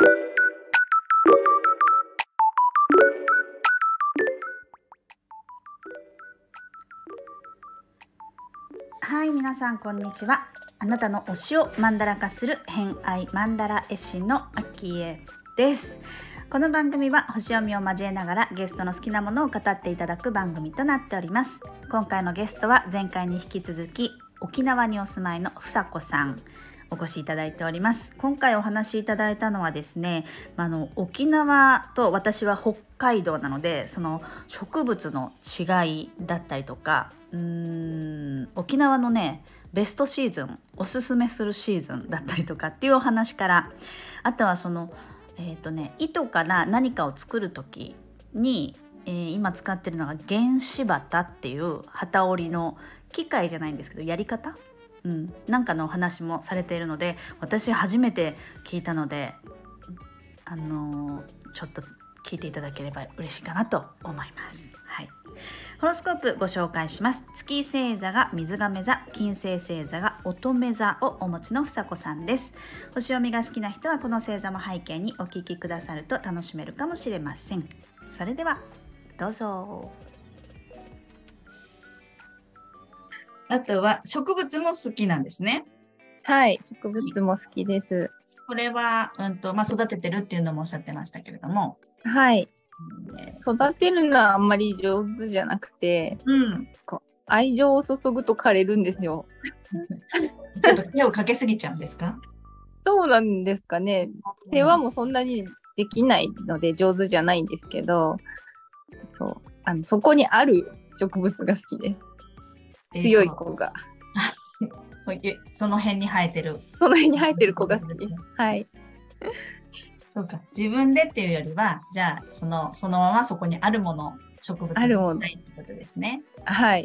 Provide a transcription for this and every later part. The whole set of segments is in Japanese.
はい、皆さんこんにちは。あなたの推しをマンダラ化する偏愛マンダラ絵師のあきえです。この番組は星読みを交えながらゲストの好きなものを語っていただく番組となっております。今回のゲストは前回に引き続き沖縄にお住まいのふさこさんお越しいただいております。今回お話しいただいたのはですね、沖縄と私は北海道なので、その植物の違いだったりとか、沖縄のねベストシーズン、おすすめするシーズンだったりとかっていうお話から、あとはその糸から何かを作る時に、今使ってるのが原子旗っていう機織りの機械じゃないんですけどやり方、なんかのお話もされているので、私初めて聞いたので、ちょっと聞いていただければ嬉しいかなと思います。はい、ホロスコープご紹介します。月星座が水亀座、金星星座が乙女座をお持ちのふさこさんです。星読みが好きな人はこの星座も背景にお聞きくださると楽しめるかもしれません。それではどうぞ。あとは植物も好きなんですね。 はい、植物も好きです。 これは、育ててるっていうのもおっしゃってましたけれども、 はい、育てるのはあんまり上手じゃなくて、愛情を注ぐと枯れるんですよ。 ちょっと手をかけすぎちゃうんですか？ そうなんですかね。世話もそんなにできないので上手じゃないんですけど、そこにある植物が好きです。強い子が。 その辺に生えてる。 その辺に生えてる子が好きです。はい。 そうか、自分でっていうよりは、じゃあそのままそこにあるもの、植物がないってことですね。 はい。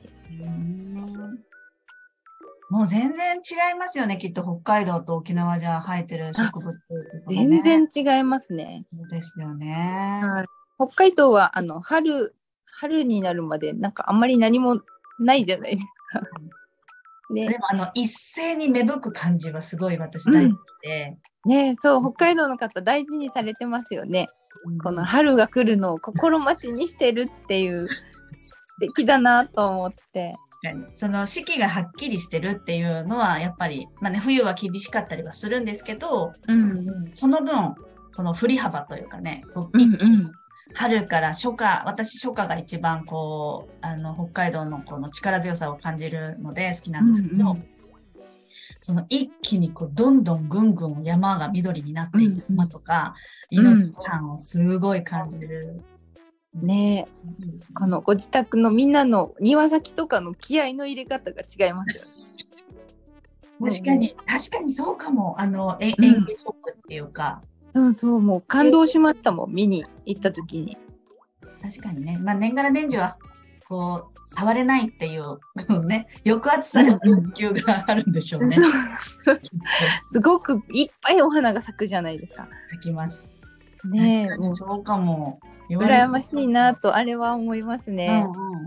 もう全然違いますよね、きっと北海道と沖縄じゃ生えてる植物とかね。 全然違いますね。 そうですよね。 はい、北海道は春になるまでなんかあんまり何もないじゃないですか。 でも一斉に芽吹く感じはすごい私大好きで。 そう、北海道の方大事にされてますよね。この春が来るのを心待ちにしてるっていう素敵だなと思って。 その四季がはっきりしてるっていうのはやっぱり、冬は厳しかったりはするんですけど、その分この振り幅というかね、春から初夏、私初夏が一番北海道のこの力強さを感じるので好きなんですけど、その一気にどんどんぐんぐん山が緑になっていく山とか、命感をすごい感じる。 このご自宅のみんなの庭先とかの気合の入れ方が違いますよね。確かにそうかも。園芸ショップっていうか。 そうもう感動しましたもん、見に行った時に。 確かにね、年がら年中は触れないっていうね、抑圧される欲求があるんでしょうね。 すごくいっぱいお花が咲くじゃないですか。 咲きます。 もうそうかも。 羨ましいなとあれは思いますね。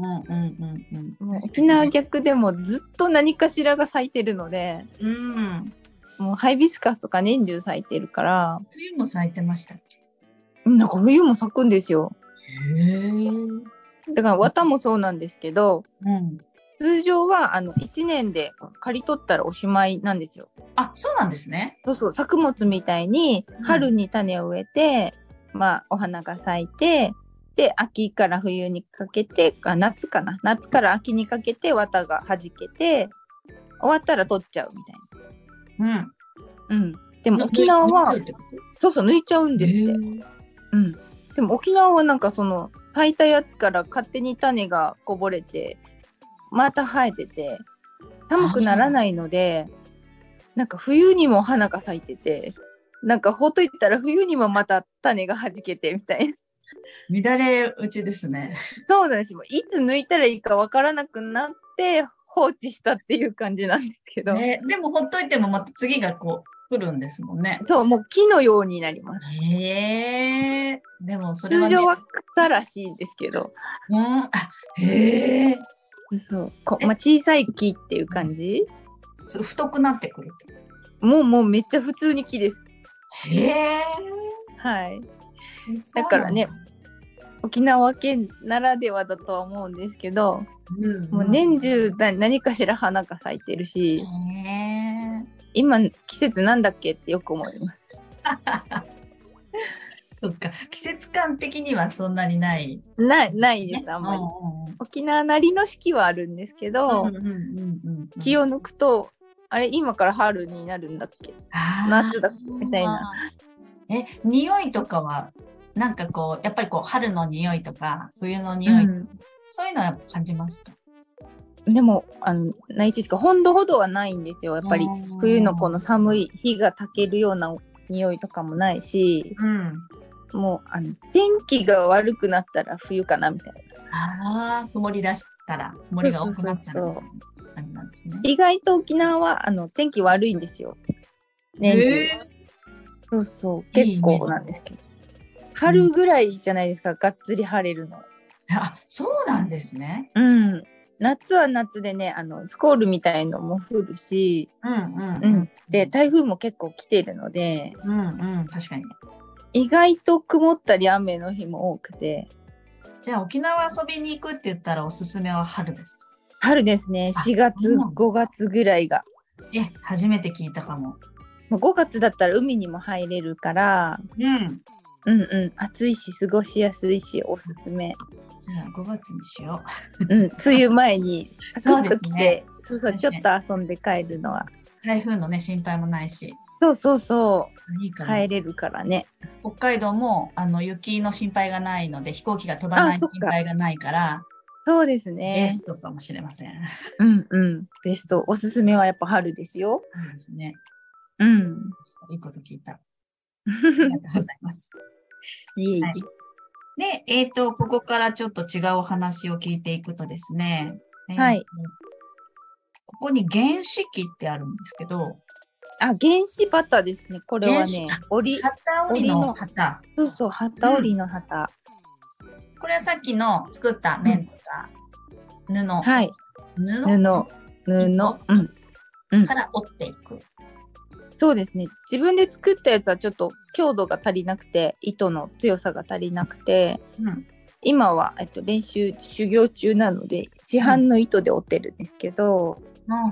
沖縄逆でもずっと何かしらが咲いてるので、もうハイビスカスとか年中咲いてるから。 冬も咲いてましたっけ？ なんか冬も咲くんですよ。だから綿もそうなんですけど、通常は1年で刈り取ったらおしまいなんですよ。 あ、そうなんですね。 そう作物みたいに春に種を植えて、お花が咲いて、で秋から冬にかけて夏から秋にかけて綿が弾けて終わったら取っちゃうみたいな。でも沖縄は抜いちゃうんですって。でも沖縄はなんかその咲いたやつから勝手に種がこぼれてまた生えてて寒くならないので、なんか冬にも花が咲いてて、なんかほっといたら冬にもまた種が弾けてみたいな。 乱れ打ちですね。 そうなんですよ。いつ抜いたらいいかわからなくなって放置したっていう感じなんですけど。 でもほっといてもまた次が来るんですもんね。 そう、もう木のようになります。 でもそれは、 通常は草らしいんですけど。そう小さい木っていう感じ。 太くなってくるってことですか？ もうめっちゃ普通に木です。 はい。だからね、沖縄県ならではだとは思うんですけど、もう年中何かしら花が咲いてるし、今季節なんだっけってよく思います。 そっか、季節感的にはそんなにないないです、あんまり。沖縄なりの四季はあるんですけど、気を抜くとあれ今から春になるんだっけ、夏だっけみたいな。 匂いとかはなんかこうやっぱりこう春の匂いとか冬の匂い、そういうのはやっぱ感じますか？ でも内地とか本土ほどはないんですよ。やっぱり冬のこの寒い日が炊けるような匂いとかもないし、もう天気が悪くなったら冬かなみたいな。曇り出したら、曇りが多くなったら感じなんですね。 意外と沖縄は天気悪いんですよ。年中。そう結構なんですけど、春ぐらいじゃないですか、がっつり晴れるの。 そうなんですね。 夏は夏でね、スコールみたいのも降るし、で台風も結構来てるので、 確かに意外と曇ったり雨の日も多くて。 じゃあ沖縄遊びに行くって言ったらおすすめは春ですか？ 春ですね。4月5月ぐらいが。 初めて聞いたかも。 5月だったら海にも入れるから、暑いし過ごしやすいしおすすめ。 じゃあ5月にしよう。梅雨前にそうですね。 ちょっと遊んで帰るのは。 台風のね心配もないし。 そういい帰れるからね。 北海道も雪の心配がないので飛行機が飛ばない心配がないから。 そうですね。 ベストかもしれません。 ベスト。おすすめはやっぱ春ですよ。 そうですね。いいこと聞いた。ありがとうございます。で、ここからちょっと違うお話を聞いていくとですね。ここに原子機ってあるんですけど。 原子旗ですね。これはね、 旗織りの旗。 旗織りの旗。 これはさっきの作った綿とか布。布から織っていく。 そうですね。自分で作ったやつはちょっと強度が足りなくて、糸の強さが足りなくて、今は、修行中なので市販の糸で織ってるんですけど、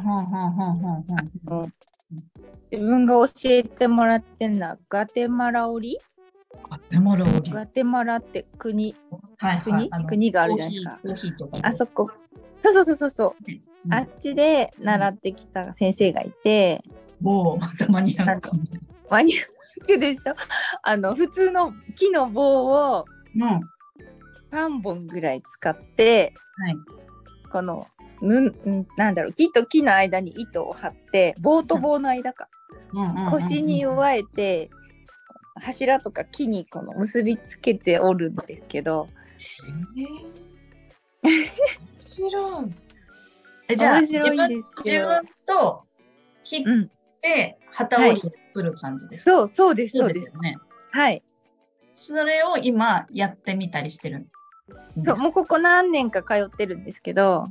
自分が教えてもらってるのはガテマラ織り。ガテマラって国があるじゃないですか。あそこ。そう。あっちで習ってきた先生がいて。 またマニアック。 マニアックでしょ。普通の木の棒を3本ぐらい使って、この木と木の間に糸を張って、棒と棒の間か、腰に弱えて柱とか木にこの結びつけて折るんですけど。 面白い。じゃあ自分と切って旗織りを作る感じですか？ そうですよね。それを今やってみたりしてるんですか？ もうここ何年か通ってるんですけど、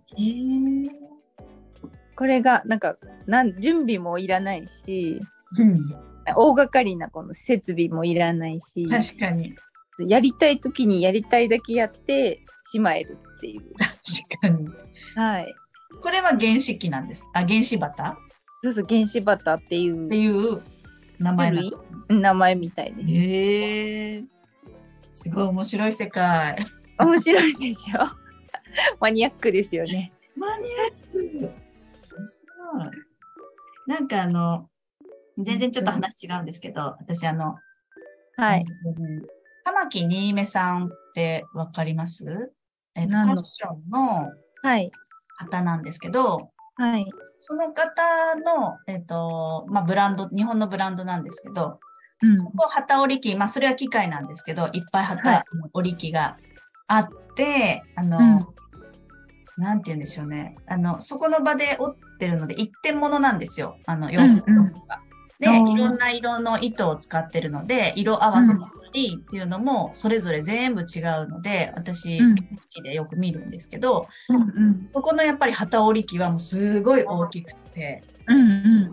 これが準備もいらないし、大掛かりなこの設備もいらないし、 確かにやりたい時にやりたいだけやってしまえるっていう。 確かに。これは原子機なんです。原子旗？ 原子旗っていう名前なんです、 名前みたいです。 すごい面白い世界。 面白いでしょ。マニアックですよね。 マニアック。面白い。なんか全然ちょっと話違うんですけど、私玉木新芽さんってわかります？ファッションの方なんですけど、その方の、ブランド、日本のブランドなんですけど、そこ旗織り機、それは機械なんですけど、いっぱい旗織り機があって、なんて言うんでしょうね。そこの場で織ってるので、一点物なんですよ。洋服とか。で、いろんな色の糸を使ってるので、色合わせたりっていうのも、それぞれ全部違うので、私、好きでよく見るんですけど、ここのやっぱり旗織り機はもうすごい大きくて、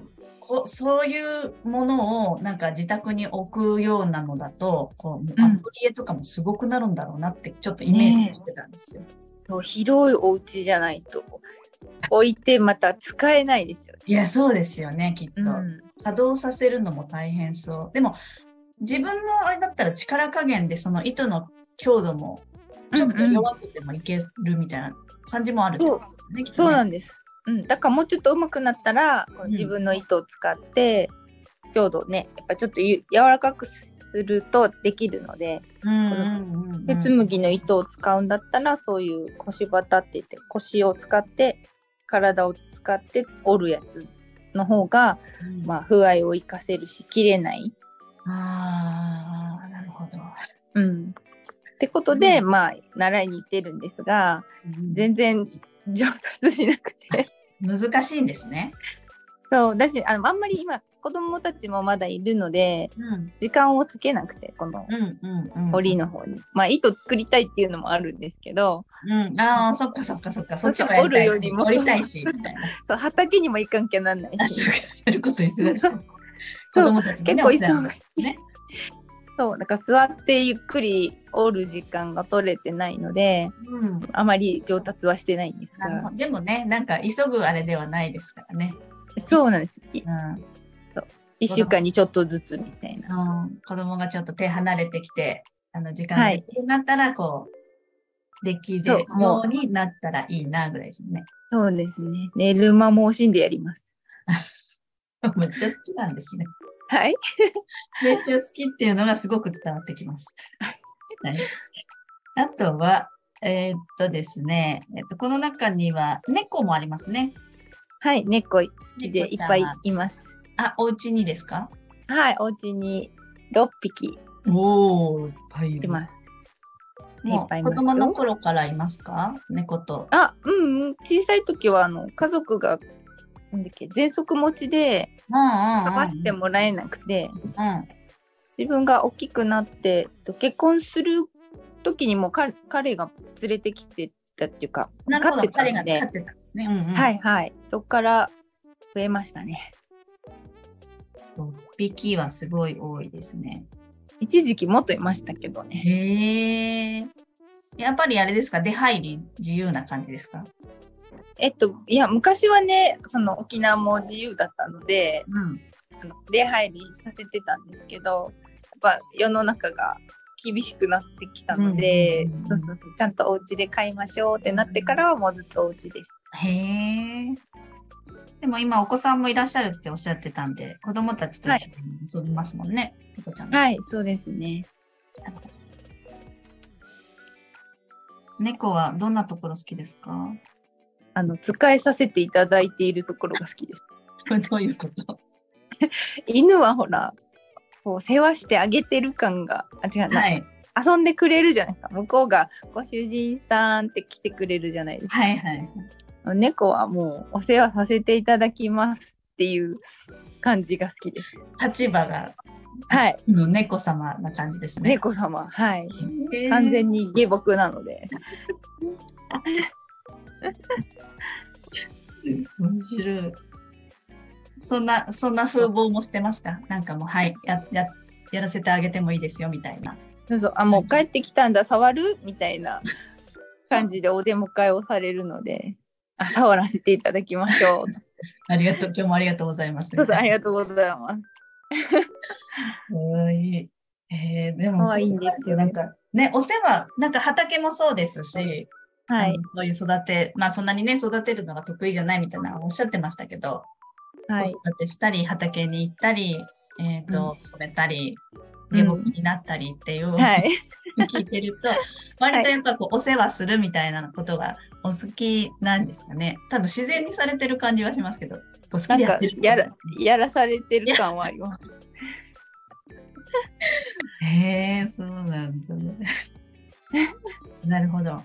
そういうものをなんか自宅に置くようなのだと、アトリエとかもすごくなるんだろうなってちょっとイメージしてたんですよ。 そう、広いお家じゃないと置いてまた使えないですよね。 いや、そうですよね、きっと。稼働させるのも大変そう。でも、自分のあれだったら力加減でその糸の強度もちょっと弱くてもいけるみたいな感じもあるってことですね、きっとね。 そうなんです。だからもうちょっと上手くなったら、この自分の糸を使って強度をね、やっぱちょっと柔らかくするとできるので、鉄麦の糸を使うんだったら、そういう腰バタって言って腰を使って体を使って折るやつの方が、まあ風合いを生かせるし切れない。 なるほど。 ってことで、まあ習いに行ってるんですが、全然上達しなくて難しいんですね。 そうだし、あんまり今子供たちもまだいるので、時間を割けなくて、この織りの方に、まあ糸作りたいっていうのもあるんですけど、 そっかそっっちもやりたいし、折るよりも折りたいしみたいな。 そう、畑にも行かんきゃなんないし、 やること忙しい。子供たちもね、 結構忙しいね。そう、だから座ってゆっくり折る時間が取れてないので、あまり上達はしてないんですが。 でもね、なんか急ぐあれではないですからね。 そうなんです。そう1週間にちょっとずつみたいな。 子供がちょっと手離れてきて、時間ができるようになったら、できるようになったらいいなぐらいですね。 そうですね。寝る間も惜しんでやります。 めっちゃ好きなんですね。 はい。 めっちゃ好きっていうのがすごく伝わってきます。あとは、ですね、この中には猫もありますね。 はい、猫好きでいっぱいいます。 お家にですか？ はい、お家に6匹。 いっぱいいます。 もう子供の頃からいますか？猫と。 小さい時は家族が喘息持ちで飼わせてもらえなくて、自分が大きくなって結婚する時にも彼が連れてきてたっていうか、 飼ってたんで、飼ってたんですね。 はいはい、そこから増えましたね。 6匹はすごい多いですね。 一時期もっといましたけどね。 へえ。やっぱりあれですか、出入り自由な感じですか？ いや、昔はね、その沖縄も自由だったので、出入りさせてたんですけど、やっぱ世の中が厳しくなってきたので、ちゃんとお家で飼いましょうってなってからはもうずっとお家です。 へえ。でも今お子さんもいらっしゃるっておっしゃってたんで、子供たちと一緒に遊びますもんね、猫ちゃん。 はい、そうですね。 猫はどんなところ好きですか？ 使いさせていただいているところが好きです。 どういうこと？ 犬はほら、こう世話してあげてる感が違うな、遊んでくれるじゃないですか。向こうがご主人さんって来てくれるじゃないですか。猫はもうお世話させていただきますっていう感じが好きです。 立場が猫様な感じですね。 猫様、はい。完全に下僕なので。 面白い。そんな風貌もしてますか？なんかもうやらせてあげてもいいですよみたいな。 もう帰ってきたんだ、触るみたいな感じでお出迎えをされるので、触らせていただきましょう。 今日もありがとうございます。 ありがとうございます。 でもそういいんですよ。なんかね、お世話、なんか畑もそうですし、そういうそんなにね、育てるのが得意じゃないみたいなおっしゃってましたけど、子育てしたり、畑に行ったり、染めたり、下僕になったりっていう、聞いてると、割とやっぱお世話するみたいなことがお好きなんですかね。多分自然にされてる感じはしますけど、好きでやってる。 やらされてる感はあります。 そうなんだね。なるほど。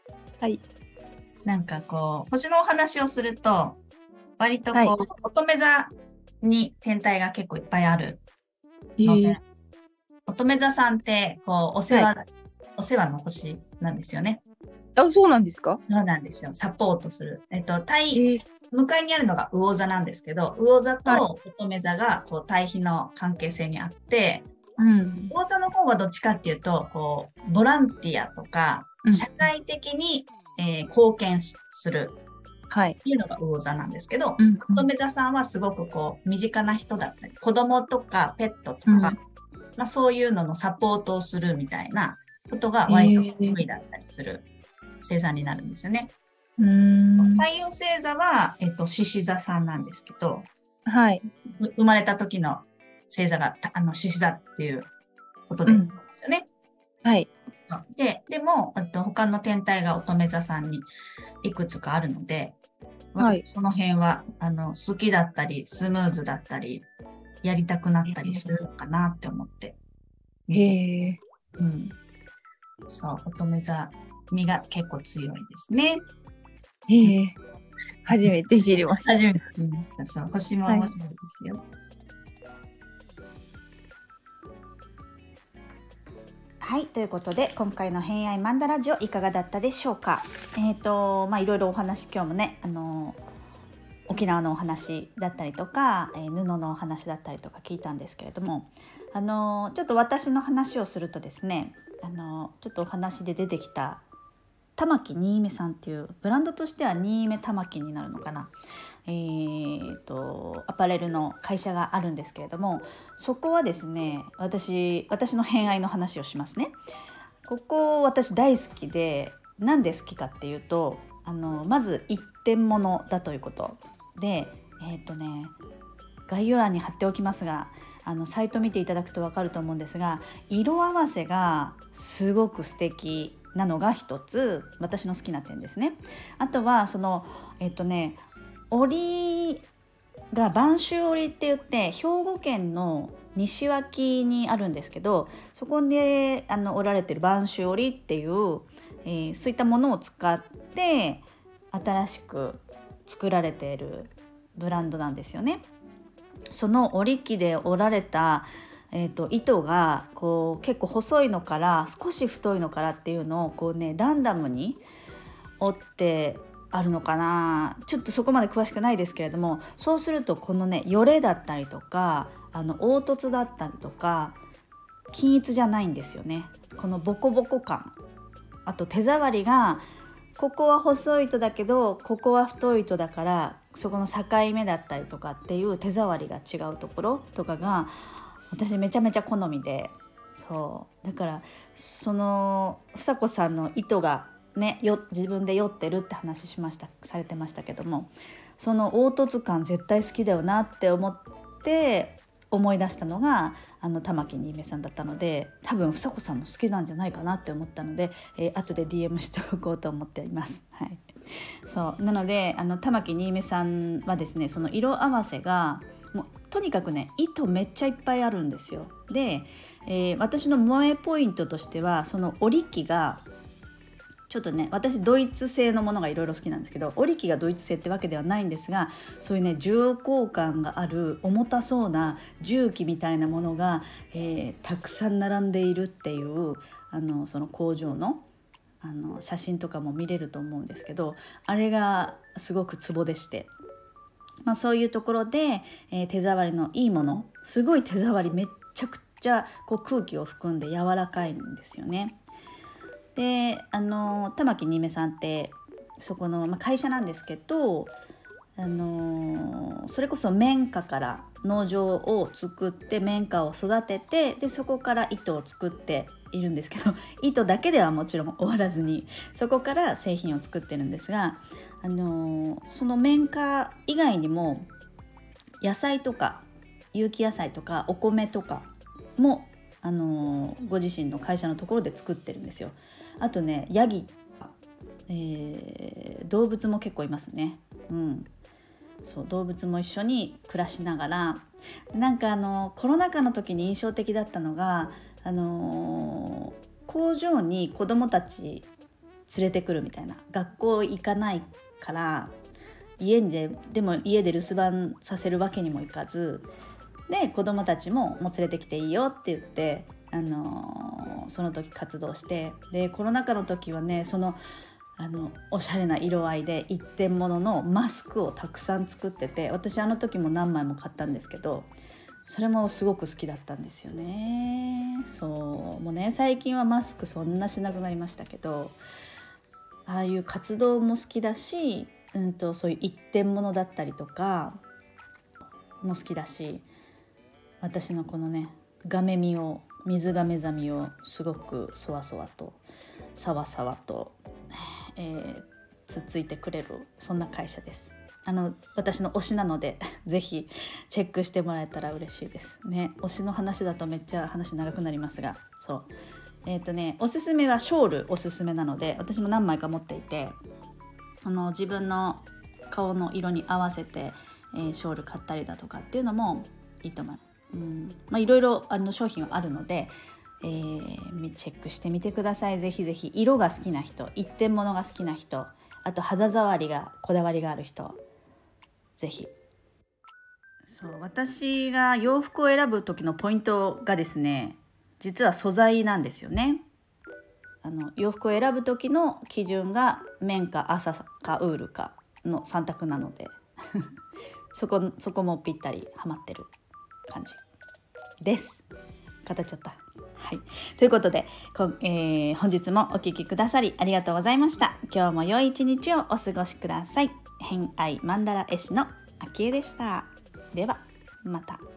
なんか星のお話をすると、割と乙女座に天体が結構いっぱいあるので、乙女座さんってお世話の星なんですよね。 そうなんですか？ そうなんですよ。サポートする。 向かいにあるのが魚座なんですけど、魚座はいと乙女座がこう対比の関係性にあって、 うん魚座の方はどっちかっていうと、こう、ボランティアとか、 うん社会的に、貢献するはいっていうのが魚座なんですけど、 うん乙女座さんはすごくこう、身近な人だったり、子供とかペットとか、 うんまあそういうののサポートをするみたいなことがへ割とー得意だったりする星座になるんですよね。 うん太陽星座は、獅子座さんなんですけど、 はい生まれた時の星座が、獅子座っていうことで、ですよね。 はいでも、他の天体が乙女座さんにいくつかあるので、 はいその辺は、好きだったり、スムーズだったり、やりたくなったりするのかなって思って見て、 へえうん。そう、乙女座身が結構強いですね。 へえ初めて知りました。 初めて知りました。そう、星も面白いですよ。はい、ということで今回の偏愛マンダラジオいかがだったでしょうか。まあいろいろお話今日もね、沖縄のお話だったりとか、布のお話だったりとか聞いたんですけれども、ちょっと私の話をするとですね、ちょっとお話で出てきた玉木新芽さんっていうブランドとしては新芽玉木になるのかな、アパレルの会社があるんですけれども、そこはですね、私の偏愛の話をしますね。ここ私大好きで、なんで好きかっていうと、まず一点物だということで、概要欄に貼っておきますが、サイト見ていただくと分かると思うんですが、色合わせがすごく素敵なのが一つ私の好きな点ですね。あとはその織が播州織って言って、兵庫県の西脇にあるんですけど、そこで織られてる播州織っていう、そういったものを使って新しく作られているブランドなんですよね。その織り機で織られた糸がこう結構細いのから少し太いのからっていうのをこうね、ランダムに織ってあるのかな、ちょっとそこまで詳しくないですけれども、そうするとこのね、よれだったりとか凹凸だったりとか均一じゃないんですよね。このボコボコ感、あと手触りが、ここは細い糸だけどここは太い糸だから、そこの境目だったりとかっていう手触りが違うところとかが私めちゃめちゃ好みで、そうだからその房子さんの糸がね、自分で酔ってるって話されてましたけども、その凹凸感絶対好きだよなって思って思い出したのが玉木新芽さんだったので、多分房子さんも好きなんじゃないかなって思ったので、後で DM しておこうと思っています。はい、そうなので玉木新芽さんはですね、その色合わせがもうとにかくね、糸めっちゃいっぱいあるんですよ。で、私の萌えポイントとしては、その織り機がちょっとね、私ドイツ製のものがいろいろ好きなんですけど、織り機がドイツ製ってわけではないんですが、そういうね、重厚感がある重たそうな重機みたいなものが、たくさん並んでいるっていうその工場の写真とかも見れると思うんですけど、あれがすごくツボでして、そういうところで、手触りのいいもの、すごい手触りめっちゃくちゃこう空気を含んで柔らかいんですよね。で玉木新芽さんってそこの、会社なんですけど、それこそ綿花から農場を作って綿花を育てて、でそこから糸を作っているんですけど、糸だけではもちろん終わらずにそこから製品を作ってるんですが、その綿花以外にも野菜とか有機野菜とかお米とかもご自身の会社のところで作ってるんですよ。あとね、ヤギ、動物も結構いますね。そう、動物も一緒に暮らしながら、なんかコロナ禍の時に印象的だったのが、工場に子どもたち連れてくるみたいな、学校行かないからでも家で留守番させるわけにもいかずで、子どもたちも連れてきていいよって言って、その時活動して、でコロナ禍の時はね、そのおしゃれな色合いで一点物のマスクをたくさん作ってて、私あの時も何枚も買ったんですけど、それもすごく好きだったんですよね。そうもうね、最近はマスクそんなしなくなりましたけど、ああいう活動も好きだし、そういう一点物だったりとかも好きだし、私のこのねガメミを、水亀ザミをすごくそわそわとさわさわと、つっついてくれる、そんな会社です。私の推しなのでぜひチェックしてもらえたら嬉しいですね。推しの話だとめっちゃ話長くなりますが、そうおすすめはショールおすすめなので、私も何枚か持っていて、自分の顔の色に合わせて、ショール買ったりだとかっていうのもいいと思います。いろいろ商品はあるので、チェックしてみてください。ぜひぜひ。色が好きな人、一点物が好きな人、あと肌触りがこだわりがある人、ぜひ。そう私が洋服を選ぶ時のポイントがですね、実は素材なんですよね。洋服を選ぶ時の基準が綿か麻かウールかの3択なのでそこもぴったりハマってる感じです。語っちゃった。はい、ということで、本日もお聞きくださりありがとうございました。今日も良い一日をお過ごしください。偏愛マンダラ絵師のあきえでした。ではまた。